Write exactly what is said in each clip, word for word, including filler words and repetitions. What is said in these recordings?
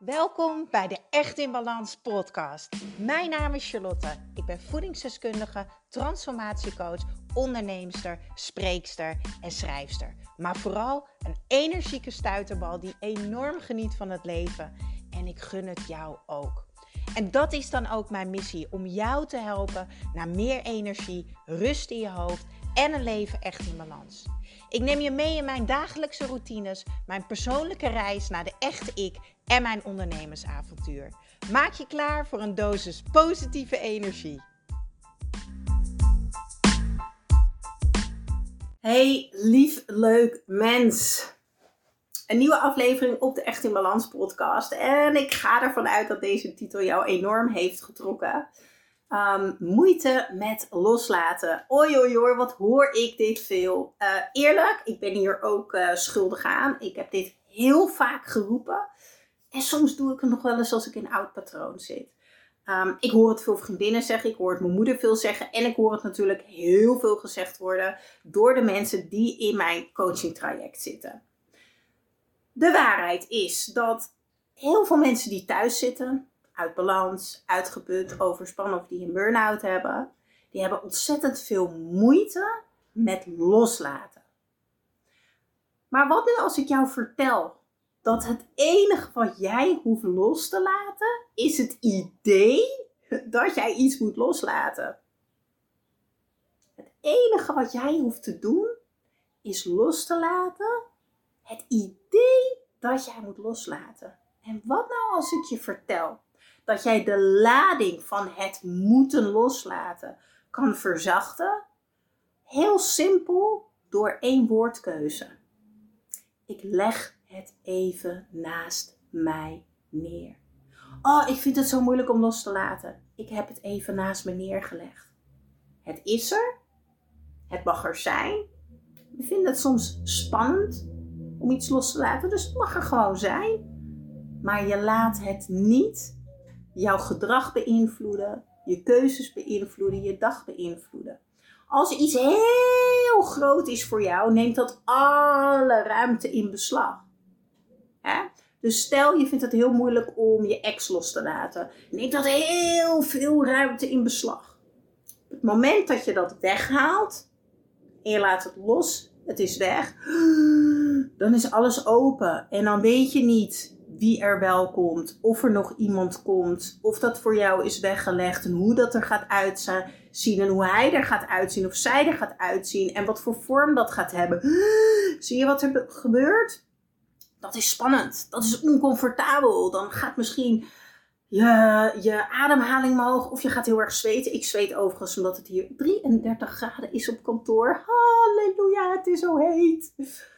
Welkom bij de Echt in Balans podcast. Mijn naam is Charlotte. Ik ben voedingsdeskundige, transformatiecoach, onderneemster, spreekster en schrijfster. Maar vooral een energieke stuiterbal die enorm geniet van het leven. En ik gun het jou ook. En dat is dan ook mijn missie, om jou te helpen naar meer energie, rust in je hoofd en een leven echt in balans. Ik neem je mee in mijn dagelijkse routines, mijn persoonlijke reis naar de echte ik en mijn ondernemersavontuur. Maak je klaar voor een dosis positieve energie. Hey, lief, leuk mens. Een nieuwe aflevering op de Echt in Balans podcast. En ik ga ervan uit dat deze titel jou enorm heeft getrokken. Um, moeite met loslaten. Oei, oei, oei, wat hoor ik dit veel. Uh, eerlijk, ik ben hier ook uh, schuldig aan. Ik heb dit heel vaak geroepen. En soms doe ik het nog wel eens als ik in een oud patroon zit. Um, ik hoor het veel vriendinnen zeggen. Ik hoor het mijn moeder veel zeggen. En ik hoor het natuurlijk heel veel gezegd worden door de mensen die in mijn coaching traject zitten. De waarheid is dat heel veel mensen die thuis zitten, uit balans, uitgeput, overspannen of die een burn-out hebben, die hebben ontzettend veel moeite met loslaten. Maar wat nu als ik jou vertel dat het enige wat jij hoeft los te laten is het idee dat jij iets moet loslaten. Het enige wat jij hoeft te doen is los te laten het idee dat jij moet loslaten. En wat nou als ik je vertel dat jij de lading van het moeten loslaten kan verzachten? Heel simpel, door één woordkeuze. Ik leg het even naast mij neer. Oh, ik vind het zo moeilijk om los te laten. Ik heb het even naast me neergelegd. Het is er. Het mag er zijn. We vinden het soms spannend om iets los te laten, dus het mag er gewoon zijn. Maar je laat het niet jouw gedrag beïnvloeden, je keuzes beïnvloeden, je dag beïnvloeden. Als iets heel groot is voor jou, neemt dat alle ruimte in beslag. Hè? Dus stel je vindt het heel moeilijk om je ex los te laten, neemt dat heel veel ruimte in beslag. Op het moment dat je dat weghaalt en je laat het los, het is weg, dan is alles open. En dan weet je niet wie er wel komt, of er nog iemand komt, of dat voor jou is weggelegd en hoe dat er gaat uitzien en hoe hij er gaat uitzien of zij er gaat uitzien en wat voor vorm dat gaat hebben. Zie je wat er gebeurt? Dat is spannend, dat is oncomfortabel. Dan gaat misschien je, je ademhaling omhoog of je gaat heel erg zweten. Ik zweet overigens omdat het hier drieëndertig graden is op kantoor. Halleluja, het is zo heet.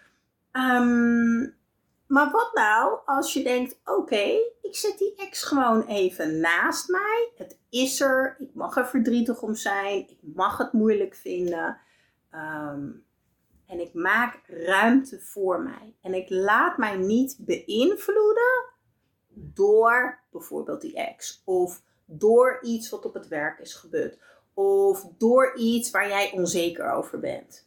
Um, maar wat nou als je denkt, oké, okay, ik zet die ex gewoon even naast mij. Het is er, ik mag er verdrietig om zijn, ik mag het moeilijk vinden. Um, en ik maak ruimte voor mij. En ik laat mij niet beïnvloeden door bijvoorbeeld die ex. Of door iets wat op het werk is gebeurd. Of door iets waar jij onzeker over bent.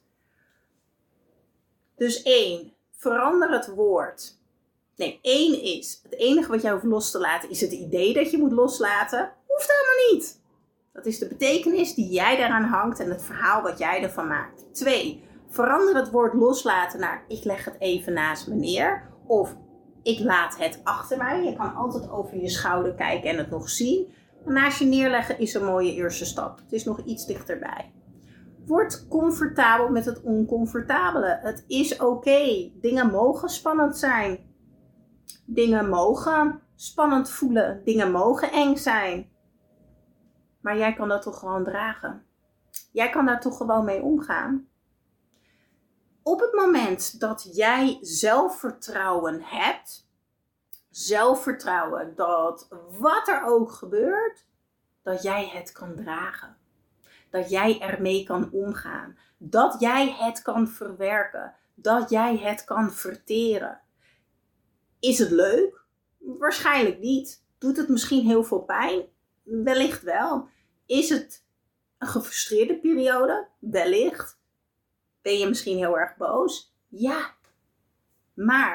Dus één, verander het woord. Nee, één is, het enige wat jij hoeft los te laten is het idee dat je moet loslaten. Hoeft helemaal niet. Dat is de betekenis die jij daaraan hangt en het verhaal wat jij ervan maakt. Twee, verander het woord loslaten naar ik leg het even naast me neer. Of ik laat het achter mij. Je kan altijd over je schouder kijken en het nog zien. Maar naast je neerleggen is een mooie eerste stap. Het is nog iets dichterbij. Word comfortabel met het oncomfortabele. Het is oké. Okay. Dingen mogen spannend zijn. Dingen mogen spannend voelen. Dingen mogen eng zijn. Maar jij kan dat toch gewoon dragen. Jij kan daar toch gewoon mee omgaan. Op het moment dat jij zelfvertrouwen hebt. Zelfvertrouwen dat wat er ook gebeurt, dat jij het kan dragen. Dat jij ermee kan omgaan. Dat jij het kan verwerken. Dat jij het kan verteren. Is het leuk? Waarschijnlijk niet. Doet het misschien heel veel pijn? Wellicht wel. Is het een gefrustreerde periode? Wellicht. Ben je misschien heel erg boos? Ja. Maar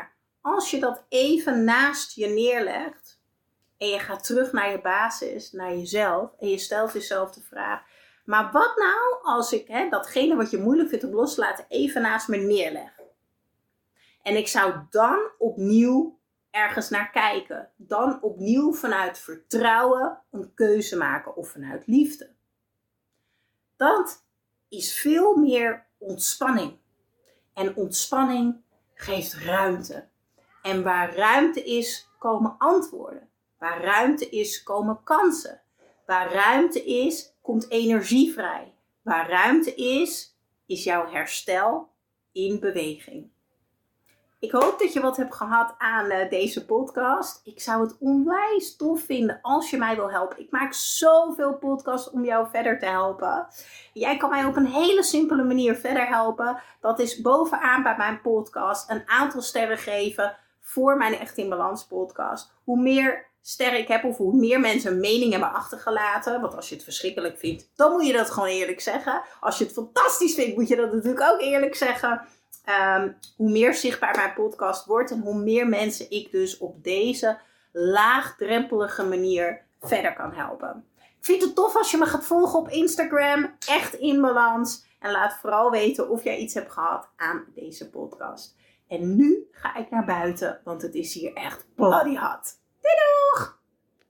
als je dat even naast je neerlegt en je gaat terug naar je basis, naar jezelf en je stelt jezelf de vraag, maar wat nou als ik hè, datgene wat je moeilijk vindt om los te laten even naast me neerleg? En ik zou dan opnieuw ergens naar kijken. Dan opnieuw vanuit vertrouwen een keuze maken of vanuit liefde. Dat is veel meer ontspanning. En ontspanning geeft ruimte. En waar ruimte is, komen antwoorden. Waar ruimte is, komen kansen. Waar ruimte is, komt energie vrij. Waar ruimte is, is jouw herstel in beweging. Ik hoop dat je wat hebt gehad aan uh, deze podcast. Ik zou het onwijs tof vinden als je mij wil helpen. Ik maak zoveel podcasts om jou verder te helpen. Jij kan mij op een hele simpele manier verder helpen. Dat is bovenaan bij mijn podcast een aantal sterren geven voor mijn Echt in Balans podcast. Hoe meer sterren ik heb of hoe meer mensen een mening hebben achtergelaten. Want als je het verschrikkelijk vindt, dan moet je dat gewoon eerlijk zeggen. Als je het fantastisch vindt, moet je dat natuurlijk ook eerlijk zeggen. Um, hoe meer zichtbaar mijn podcast wordt en hoe meer mensen ik dus op deze laagdrempelige manier verder kan helpen. Ik vind het tof als je me gaat volgen op Instagram, Echt in Balans. En laat vooral weten of jij iets hebt gehad aan deze podcast. En nu ga ik naar buiten, want het is hier echt bloody hot. Doei doeg!